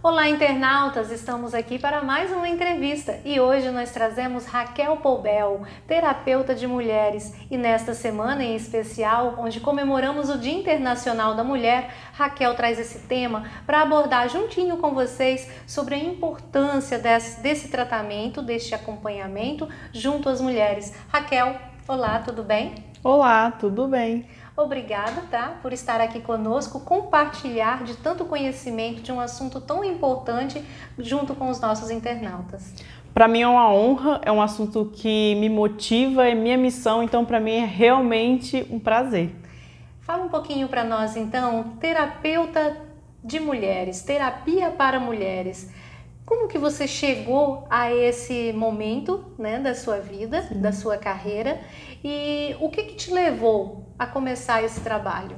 Olá, internautas! Estamos aqui para mais uma entrevista e hoje nós trazemos Raquel Poubel, terapeuta de mulheres. E nesta semana em especial, onde comemoramos o Dia Internacional da Mulher, Raquel traz esse tema para abordar juntinho com vocês sobre a importância desse tratamento, deste acompanhamento junto às mulheres. Raquel, olá, tudo bem? Olá, tudo bem? Obrigada, por estar aqui conosco, compartilhar de tanto conhecimento de um assunto tão importante junto com os nossos internautas. Para mim é uma honra, é um assunto que me motiva, é minha missão, então para mim é realmente um prazer. Fala um pouquinho para nós então, terapeuta de mulheres, terapia para mulheres. Como que você chegou a esse momento, da sua vida, Sim. da sua carreira, e o que te levou a começar esse trabalho?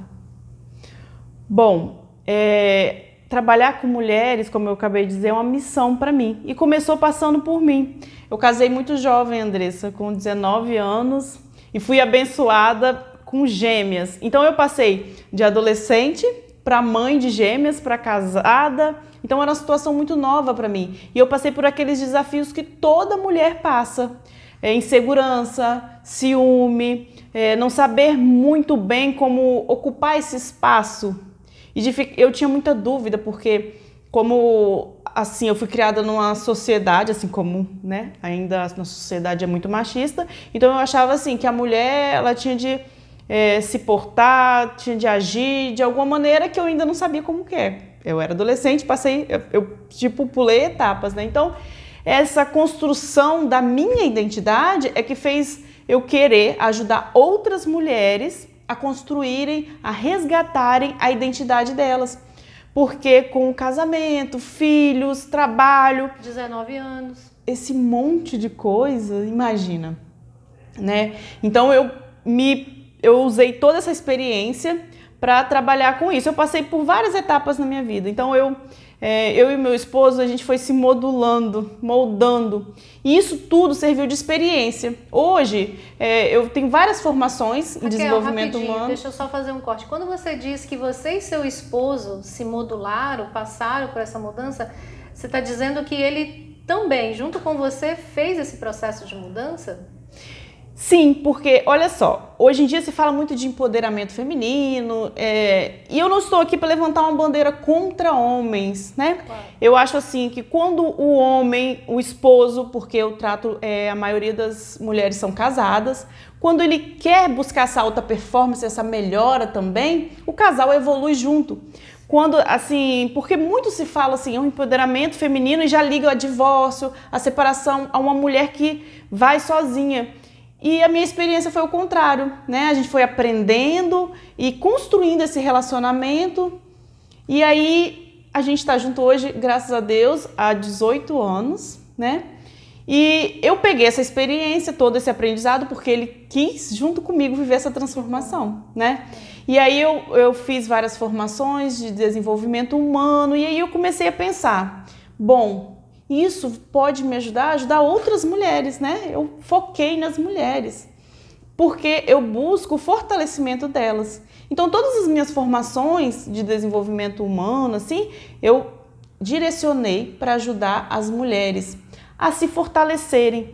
Bom, trabalhar com mulheres, como eu acabei de dizer, é uma missão para mim e começou passando por mim. Eu casei muito jovem, Andressa, com 19 anos e fui abençoada com gêmeas. Então eu passei de adolescente para mãe de gêmeas, para casada. Então era uma situação muito nova para mim. E eu passei por aqueles desafios que toda mulher passa. Insegurança, ciúme, não saber muito bem como ocupar esse espaço. E eu tinha muita dúvida, porque como assim, eu fui criada numa sociedade, assim como ainda a nossa sociedade é muito machista, então eu achava assim que a mulher ela tinha de se portar, tinha de agir de alguma maneira que eu ainda não sabia como que é. Eu era adolescente, eu pulei etapas, Então, essa construção da minha identidade é que fez eu querer ajudar outras mulheres a construírem, a resgatarem a identidade delas. Porque com o casamento, filhos, trabalho... 19 anos. Esse monte de coisa, imagina, Então, eu usei toda essa experiência para trabalhar com isso. Eu passei por várias etapas na minha vida. Então, eu e meu esposo, a gente foi se moldando. E isso tudo serviu de experiência. Hoje, eu tenho várias formações em desenvolvimento humano. Deixa eu só fazer um corte. Quando você diz que você e seu esposo se modularam, passaram por essa mudança, você está dizendo que ele também, junto com você, fez esse processo de mudança? Sim, porque, olha só, hoje em dia se fala muito de empoderamento feminino e eu não estou aqui para levantar uma bandeira contra homens, Claro. Eu acho assim que quando o homem, o esposo, porque eu trato, a maioria das mulheres são casadas, quando ele quer buscar essa alta performance, essa melhora também, o casal evolui junto. Quando, assim, porque muito se fala assim, um empoderamento feminino e já liga a divórcio, a separação, a uma mulher que vai sozinha. E a minha experiência foi o contrário, A gente foi aprendendo e construindo esse relacionamento. E aí a gente está junto hoje, graças a Deus, há 18 anos, E eu peguei essa experiência, todo esse aprendizado, porque ele quis, junto comigo, viver essa transformação, E aí eu fiz várias formações de desenvolvimento humano e aí eu comecei a pensar, bom, isso pode me ajudar a ajudar outras mulheres, Eu foquei nas mulheres, porque eu busco o fortalecimento delas. Então, todas as minhas formações de desenvolvimento humano, assim, eu direcionei para ajudar as mulheres a se fortalecerem.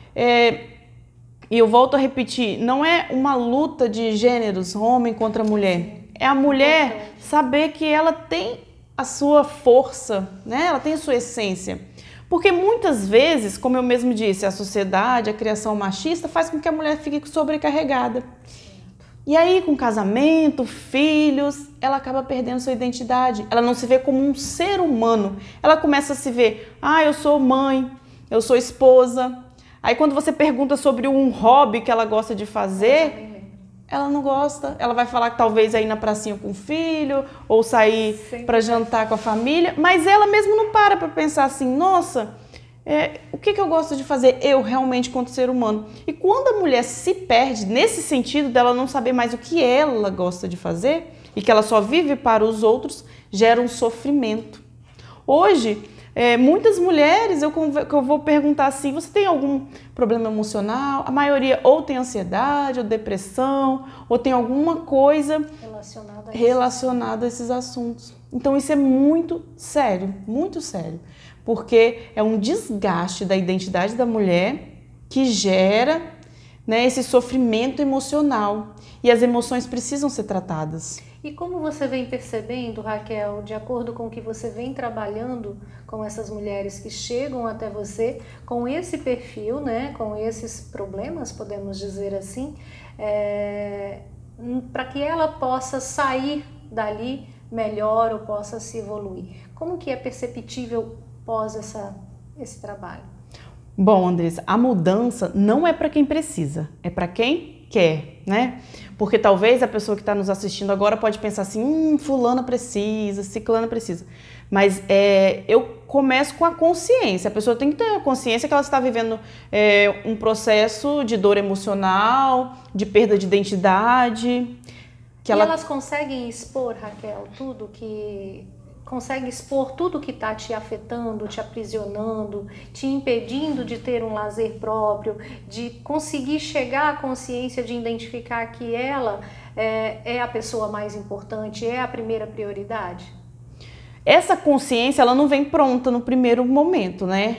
E eu volto a repetir, não é uma luta de gêneros, homem contra mulher. É a mulher saber que ela tem a sua força, Ela tem a sua essência. Porque muitas vezes, como eu mesmo disse, a sociedade, a criação machista faz com que a mulher fique sobrecarregada. E aí, com casamento, filhos, ela acaba perdendo sua identidade. Ela não se vê como um ser humano. Ela começa a se ver, eu sou mãe, eu sou esposa. Aí quando você pergunta sobre um hobby que ela gosta de fazer, ela não gosta. Ela vai falar que talvez ir na pracinha com o filho ou sair para jantar com a família, mas ela mesmo não para pensar assim, nossa, o que eu gosto de fazer eu realmente quanto ser humano? E quando a mulher se perde nesse sentido dela não saber mais o que ela gosta de fazer e que ela só vive para os outros, gera um sofrimento. Hoje, muitas mulheres, eu vou perguntar assim, você tem algum problema emocional? A maioria ou tem ansiedade, ou depressão, ou tem alguma coisa relacionada a esses assuntos. Então isso é muito sério, porque é um desgaste da identidade da mulher que gera, né, esse sofrimento emocional, e as emoções precisam ser tratadas. E como você vem percebendo, Raquel, de acordo com o que você vem trabalhando com essas mulheres que chegam até você com esse perfil, né, com esses problemas, podemos dizer assim, para que ela possa sair dali melhor ou possa se evoluir? Como que é perceptível pós esse trabalho? Bom, Andressa, a mudança não é para quem precisa, é para quem quer, né? Porque talvez a pessoa que está nos assistindo agora pode pensar assim, fulana precisa, ciclana precisa. Mas eu começo com a consciência. A pessoa tem que ter a consciência que ela está vivendo um processo de dor emocional, de perda de identidade. Elas conseguem expor, Raquel, consegue expor tudo que está te afetando, te aprisionando, te impedindo de ter um lazer próprio, de conseguir chegar à consciência de identificar que ela é a pessoa mais importante, é a primeira prioridade? Essa consciência, ela não vem pronta no primeiro momento, né?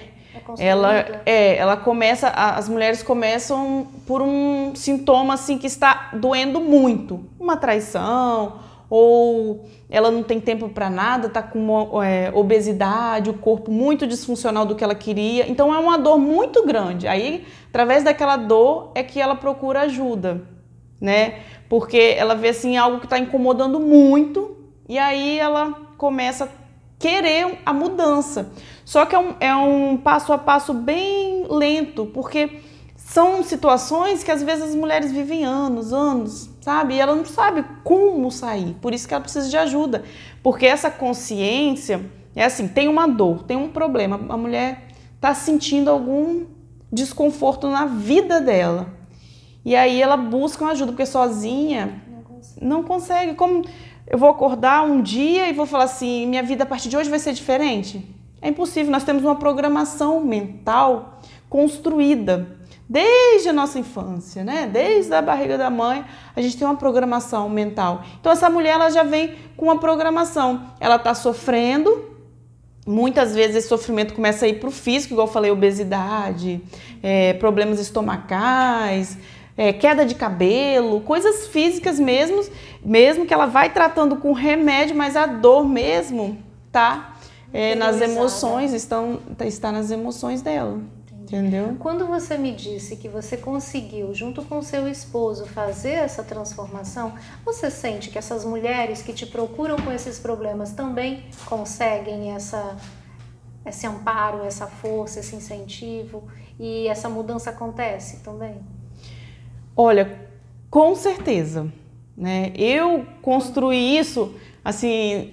Ela começa, as mulheres começam por um sintoma assim que está doendo muito, uma traição, ou ela não tem tempo para nada, está com obesidade, o corpo muito disfuncional do que ela queria, então é uma dor muito grande. Aí, através daquela dor é que ela procura ajuda, né? Porque ela vê assim algo que está incomodando muito e aí ela começa a querer a mudança. Só que é um passo a passo bem lento, porque são situações que às vezes as mulheres vivem anos, sabe? E ela não sabe como sair, por isso que ela precisa de ajuda. Porque essa consciência é assim, tem uma dor, tem um problema, a mulher está sentindo algum desconforto na vida dela. E aí ela busca uma ajuda, porque sozinha não consegue. Como eu vou acordar um dia e vou falar assim, minha vida a partir de hoje vai ser diferente? É impossível, nós temos uma programação mental construída desde a nossa infância, né? Desde a barriga da mãe, a gente tem uma programação mental. Então essa mulher, ela já vem com uma programação. Ela está sofrendo, muitas vezes esse sofrimento começa a ir para o físico, igual eu falei, obesidade, problemas estomacais, queda de cabelo, coisas físicas mesmo que ela vai tratando com remédio, mas a dor mesmo tá nas emoções, está nas emoções dela. Entendeu? Quando você me disse que você conseguiu, junto com seu esposo, fazer essa transformação, você sente que essas mulheres que te procuram com esses problemas também conseguem esse amparo, essa força, esse incentivo, e essa mudança acontece também? Olha, com certeza, né? Eu construí isso, assim,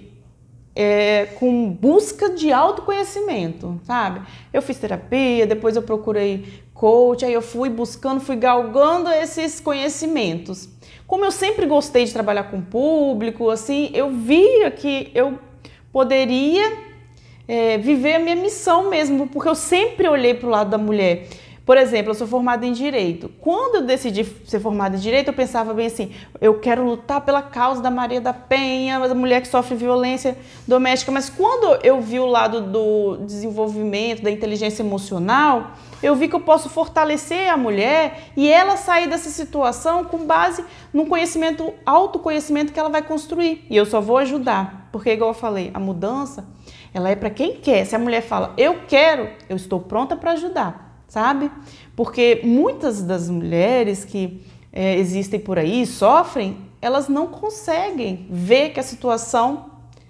com busca de autoconhecimento, sabe? Eu fiz terapia, depois eu procurei coach, aí eu fui buscando, fui galgando esses conhecimentos. Como eu sempre gostei de trabalhar com o público, assim, eu via que eu poderia viver a minha missão mesmo, porque eu sempre olhei para o lado da mulher. Por exemplo, eu sou formada em Direito. Quando eu decidi ser formada em Direito, eu pensava bem assim, eu quero lutar pela causa da Maria da Penha, da mulher que sofre violência doméstica. Mas quando eu vi o lado do desenvolvimento, da inteligência emocional, eu vi que eu posso fortalecer a mulher e ela sair dessa situação com base no conhecimento, autoconhecimento que ela vai construir. E eu só vou ajudar, porque igual eu falei, a mudança, ela é para quem quer. Se a mulher fala, eu quero, eu estou pronta para ajudar. Sabe? Porque muitas das mulheres que existem por aí, sofrem, elas não conseguem ver que a situação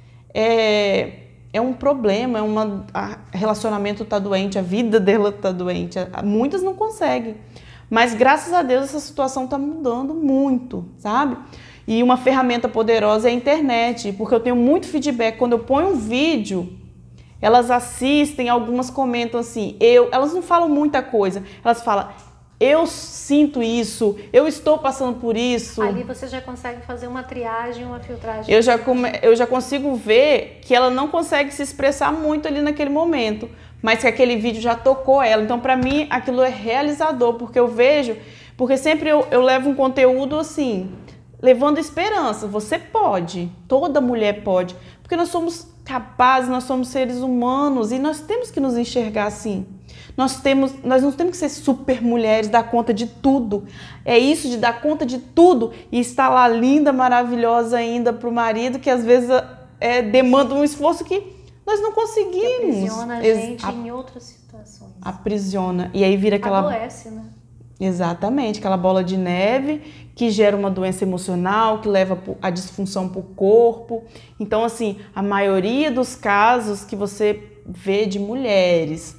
é um problema, o relacionamento está doente, a vida dela está doente. Muitas não conseguem. Mas graças a Deus essa situação está mudando muito, sabe? E uma ferramenta poderosa é a internet, porque eu tenho muito feedback. Quando eu ponho um vídeo, elas assistem, algumas comentam assim, elas não falam muita coisa, elas falam, eu sinto isso, eu estou passando por isso. Ali você já consegue fazer uma triagem, uma filtragem. Eu já consigo ver que ela não consegue se expressar muito ali naquele momento, mas que aquele vídeo já tocou ela. Então, para mim, aquilo é realizador, porque eu vejo, porque sempre eu levo um conteúdo assim, levando esperança. Você pode, toda mulher pode. Porque nós somos capazes, nós somos seres humanos e nós temos que nos enxergar assim. Nós não temos que ser super mulheres, dar conta de tudo. É isso de dar conta de tudo e estar lá linda, maravilhosa ainda para o marido, que às vezes demanda um esforço que nós não conseguimos. Que aprisiona a gente em outras situações. Aprisiona. E aí vira aquela... Adoece, né? Exatamente, aquela bola de neve que gera uma doença emocional, que leva a disfunção para o corpo. Então, assim, a maioria dos casos que você vê de mulheres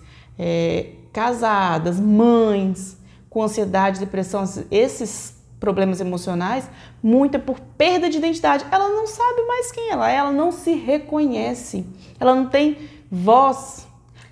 casadas, mães, com ansiedade, depressão, esses problemas emocionais, muito é por perda de identidade. Ela não sabe mais quem ela não se reconhece, ela não tem voz.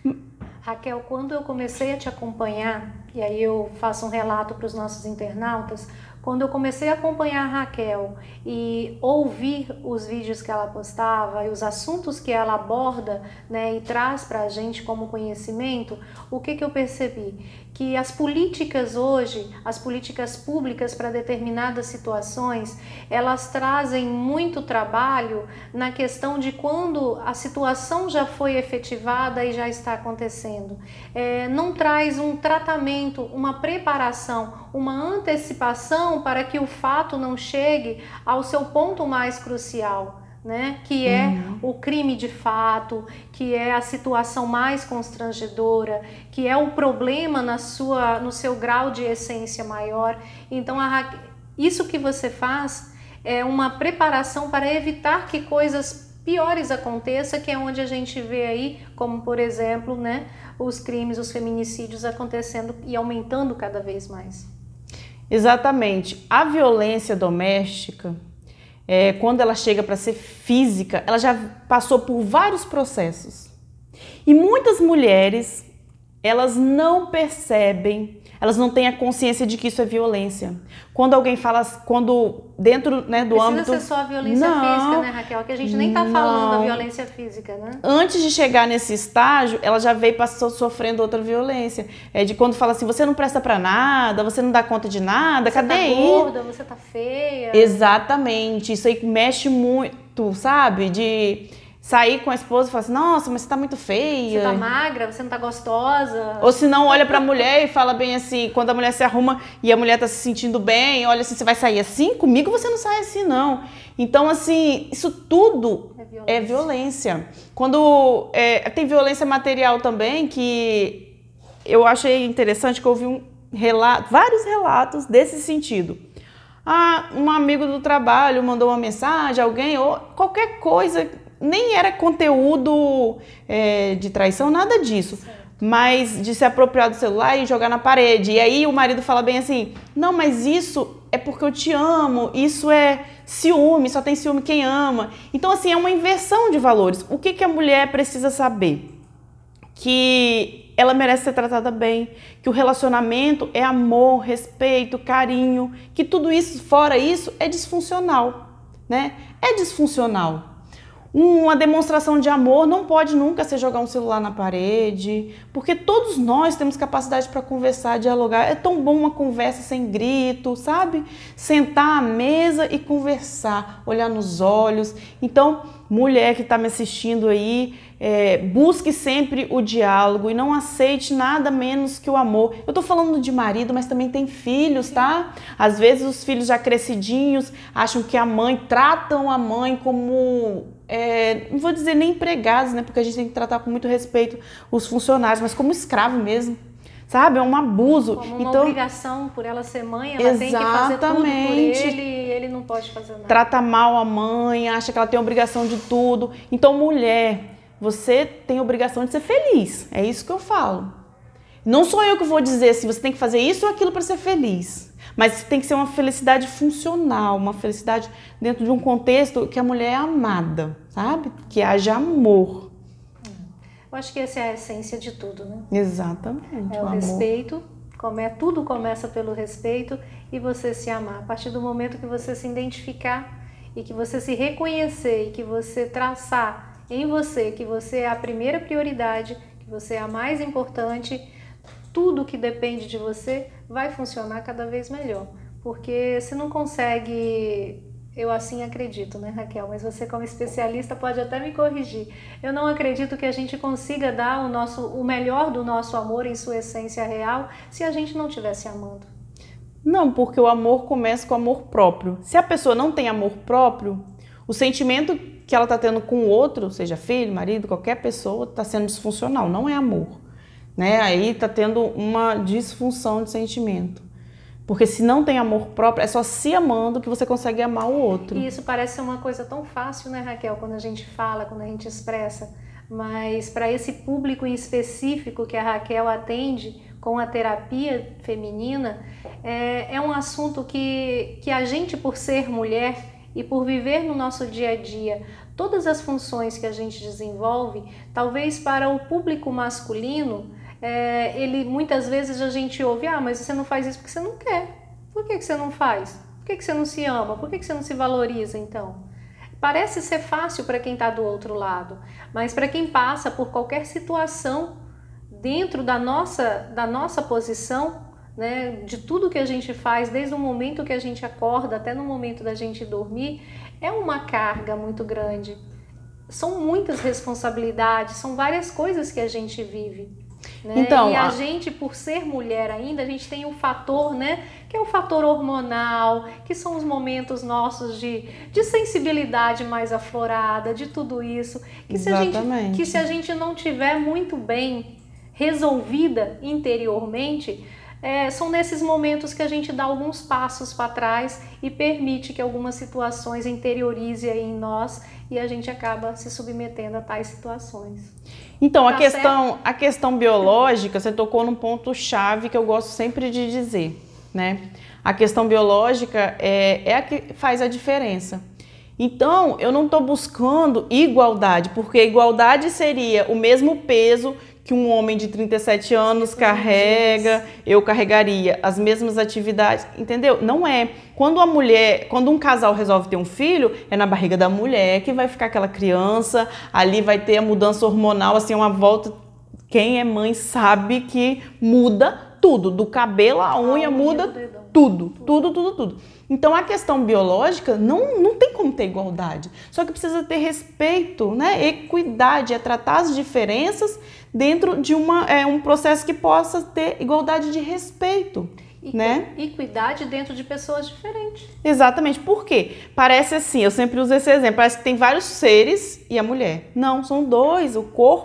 Raquel, quando eu comecei a te acompanhar, e aí eu faço um relato para os nossos internautas, quando eu comecei a acompanhar a Raquel e ouvir os vídeos que ela postava e os assuntos que ela aborda, né, e traz para a gente como conhecimento, o que eu percebi? Que as políticas hoje, as políticas públicas para determinadas situações, elas trazem muito trabalho na questão de quando a situação já foi efetivada e já está acontecendo. Não traz um tratamento, uma preparação, uma antecipação para que o fato não chegue ao seu ponto mais crucial, né? Que é o crime de fato, que é a situação mais constrangedora, que é o problema no seu grau de essência maior. Então, isso que você faz é uma preparação para evitar que coisas piores aconteçam, que é onde a gente vê aí, como por exemplo, né, os crimes, os feminicídios acontecendo e aumentando cada vez mais. Exatamente. A violência doméstica, quando ela chega para ser física, ela já passou por vários processos. E muitas mulheres, elas não percebem, elas não têm a consciência de que isso é violência. Quando alguém fala, dentro, né, do âmbito... Precisa ser só a violência física, né, Raquel? Que a gente nem tá falando da violência física, né? Antes de chegar nesse estágio, ela já veio sofrendo outra violência. De quando fala assim, você não presta pra nada, você não dá conta de nada, cadê aí? Você tá gorda, você tá feia. Exatamente. Isso aí mexe muito, sabe? De sair com a esposa e falar assim, nossa, mas você tá muito feia. Você tá magra, você não tá gostosa. Ou se não, olha pra mulher e fala bem assim, quando a mulher se arruma e a mulher tá se sentindo bem, olha assim, você vai sair assim? Comigo você não sai assim, não. Então, assim, isso tudo é violência. Quando tem violência material também, que eu achei interessante, que eu ouvi vários relatos desse sentido. Um amigo do trabalho mandou uma mensagem, alguém, ou qualquer coisa... Nem era conteúdo de traição, nada disso. Certo. Mas de se apropriar do celular e jogar na parede. E aí o marido fala bem assim, não, mas isso é porque eu te amo, isso é ciúme, só tem ciúme quem ama. Então, assim, é uma inversão de valores. O que a mulher precisa saber? Que ela merece ser tratada bem, que o relacionamento é amor, respeito, carinho, que tudo isso, fora isso, é disfuncional, né? É disfuncional. Uma demonstração de amor não pode nunca ser jogar um celular na parede, porque todos nós temos capacidade para conversar, dialogar. É tão bom uma conversa sem grito, sabe? Sentar à mesa e conversar, olhar nos olhos. Então, mulher que está me assistindo aí, busque sempre o diálogo e não aceite nada menos que o amor. Eu tô falando de marido, mas também tem filhos, tá? Às vezes os filhos já crescidinhos acham que tratam a mãe como... não vou dizer nem empregados, né? Porque a gente tem que tratar com muito respeito os funcionários, mas como escravo mesmo, sabe? É um abuso. Como uma obrigação por ela ser mãe, ela tem que fazer tudo por ele e ele não pode fazer nada. Trata mal a mãe, acha que ela tem obrigação de tudo. Então, mulher, você tem obrigação de ser feliz. É isso que eu falo. Não sou eu que vou dizer se você tem que fazer isso ou aquilo para ser feliz. Mas tem que ser uma felicidade funcional, uma felicidade dentro de um contexto que a mulher é amada, sabe? Que haja amor. Eu acho que essa é a essência de tudo, né? Exatamente. É o respeito, tudo começa pelo respeito e você se amar. A partir do momento que você se identificar e que você se reconhecer e que você traçar em você que você é a primeira prioridade, que você é a mais importante, tudo que depende de você vai funcionar cada vez melhor. Porque se não consegue Eu assim acredito, né, Raquel? Mas você, como especialista, pode até me corrigir. Eu não acredito que a gente consiga dar o melhor do nosso amor em sua essência real se a gente não estiver se amando. Não, porque o amor começa com o amor próprio. Se a pessoa não tem amor próprio, o sentimento que ela está tendo com o outro, seja filho, marido, qualquer pessoa, está sendo disfuncional, não é amor. Né? Aí está tendo uma disfunção de sentimento. Porque se não tem amor próprio, é só se amando que você consegue amar o outro. E isso parece ser uma coisa tão fácil, né, Raquel, quando a gente fala, quando a gente expressa. Mas para esse público em específico que a Raquel atende com a terapia feminina, é um assunto que a gente, por ser mulher e por viver no nosso dia a dia, todas as funções que a gente desenvolve, talvez para o público masculino, ele muitas vezes a gente ouve, mas você não faz isso porque você não quer. Por que você não faz? Por que você não se ama? Por que você não se valoriza então? Parece ser fácil para quem está do outro lado, mas para quem passa por qualquer situação dentro da nossa posição, né, de tudo que a gente faz, desde o momento que a gente acorda até no momento da gente dormir, é uma carga muito grande. São muitas responsabilidades, são várias coisas que a gente vive. Né? Então, e a gente, por ser mulher ainda, a gente tem um fator, né, que é o fator hormonal, que são os momentos nossos de sensibilidade mais aflorada, de tudo isso, que se a gente não tiver muito bem resolvida interiormente, são nesses momentos que a gente dá alguns passos para trás e permite que algumas situações interiorize aí em nós e a gente acaba se submetendo a tais situações. Então, a questão biológica, você tocou num ponto-chave que eu gosto sempre de dizer, né? A questão biológica é a que faz a diferença. Então, eu não estou buscando igualdade, porque igualdade seria o mesmo peso que um homem de 37 anos carrega, eu carregaria as mesmas atividades, entendeu? Não é. Quando um casal resolve ter um filho, é na barriga da mulher que vai ficar aquela criança, ali vai ter a mudança hormonal, assim, uma volta. Quem é mãe sabe que muda tudo, do cabelo à unha, muda tudo. Então, a questão biológica não tem como ter igualdade. Só que precisa ter respeito, né? Equidade, tratar as diferenças dentro de um processo que possa ter igualdade de respeito. Né? Equidade dentro de pessoas diferentes. Exatamente. Por quê? Parece assim, eu sempre uso esse exemplo, parece que tem vários seres e a mulher. Não, são dois. O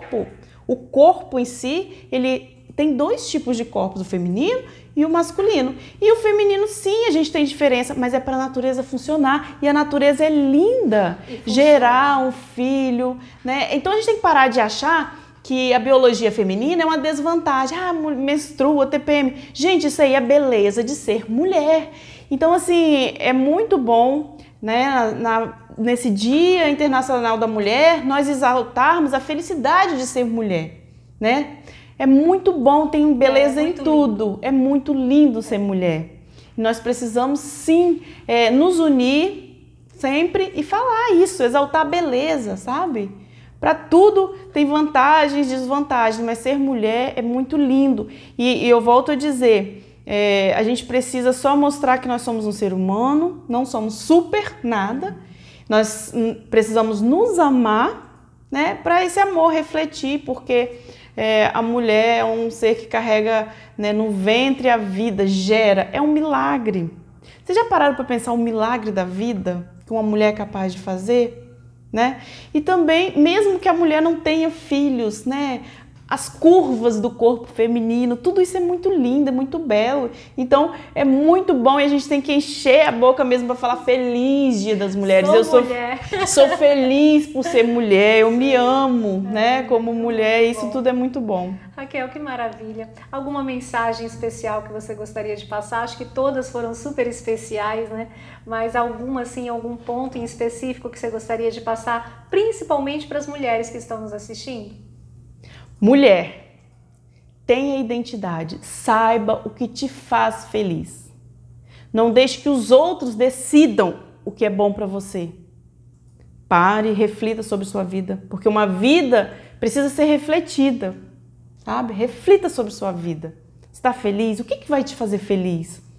corpo em si, ele tem dois tipos de corpos, o feminino e o masculino. E o feminino, sim, a gente tem diferença, mas é para a natureza funcionar. E a natureza é linda. Gerar um filho, né? Então a gente tem que parar de achar que a biologia feminina é uma desvantagem. Menstrua, TPM. Gente, isso aí é beleza de ser mulher. Então, assim, é muito bom, né, nesse Dia Internacional da Mulher, nós exaltarmos a felicidade de ser mulher, né? É muito bom, tem beleza em tudo. Lindo. É muito lindo ser mulher. Nós precisamos, sim, nos unir sempre e falar isso, exaltar a beleza, sabe? Para tudo tem vantagens e desvantagens, mas ser mulher é muito lindo. E eu volto a dizer, a gente precisa só mostrar que nós somos um ser humano, não somos super nada. Nós precisamos nos amar, né, para esse amor refletir, porque a mulher é um ser que carrega, né, no ventre a vida, gera, é um milagre. Vocês já pararam para pensar o milagre da vida que uma mulher é capaz de fazer? Né? E também, mesmo que a mulher não tenha filhos, né? As curvas do corpo feminino, tudo isso é muito lindo, é muito belo. Então, é muito bom e a gente tem que encher a boca mesmo para falar feliz Dia das Mulheres. Sou feliz por ser mulher, eu me amo, né? Como mulher, isso tudo é muito bom. Raquel, que maravilha. Alguma mensagem especial que você gostaria de passar? Acho que todas foram super especiais, né? Mas alguma, assim, algum ponto em específico que você gostaria de passar, principalmente para as mulheres que estão nos assistindo? Mulher, tenha identidade, saiba o que te faz feliz. Não deixe que os outros decidam o que é bom para você. Pare e reflita sobre sua vida, porque uma vida precisa ser refletida, sabe? Reflita sobre sua vida. Está feliz? O que vai te fazer feliz?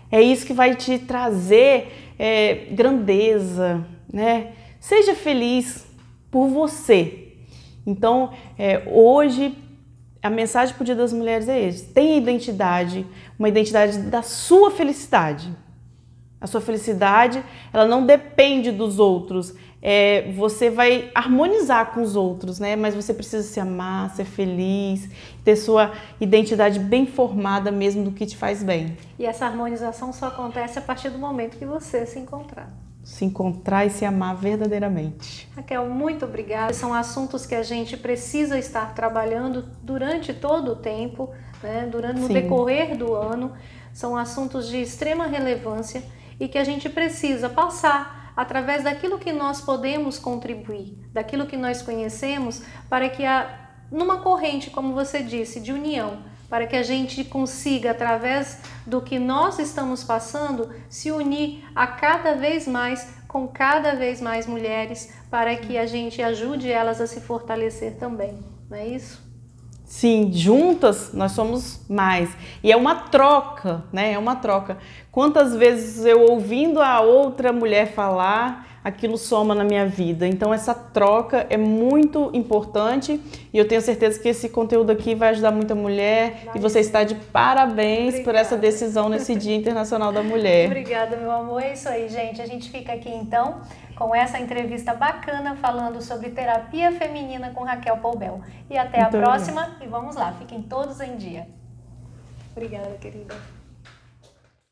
É isso que vai te trazer grandeza, né? Seja feliz por você. Então, hoje, a mensagem para o Dia das Mulheres é esse. Tenha identidade, uma identidade da sua felicidade. A sua felicidade, ela não depende dos outros. Você vai harmonizar com os outros, né? Mas você precisa se amar, ser feliz, ter sua identidade bem formada mesmo do que te faz bem. E essa harmonização só acontece a partir do momento que você se encontrar. Se encontrar e se amar verdadeiramente. Raquel, muito obrigada. São assuntos que a gente precisa estar trabalhando durante todo o tempo, né? No decorrer do ano. São assuntos de extrema relevância e que a gente precisa passar através daquilo que nós podemos contribuir, daquilo que nós conhecemos, para que numa corrente, como você disse, de união, para que a gente consiga, através do que nós estamos passando, se unir a cada vez mais, com cada vez mais mulheres, para que a gente ajude elas a se fortalecer também, não é isso? Sim, juntas nós somos mais. E é uma troca, né? É uma troca. Quantas vezes eu ouvindo a outra mulher falar, aquilo soma na minha vida. Então essa troca é muito importante e eu tenho certeza que esse conteúdo aqui vai ajudar muita mulher e você está de parabéns por essa decisão nesse Dia Internacional da Mulher. Obrigada, meu amor. É isso aí, gente. A gente fica aqui então com essa entrevista bacana falando sobre terapia feminina com Raquel Poubel. E até a próxima e vamos lá, fiquem todos em dia. Obrigada, querida.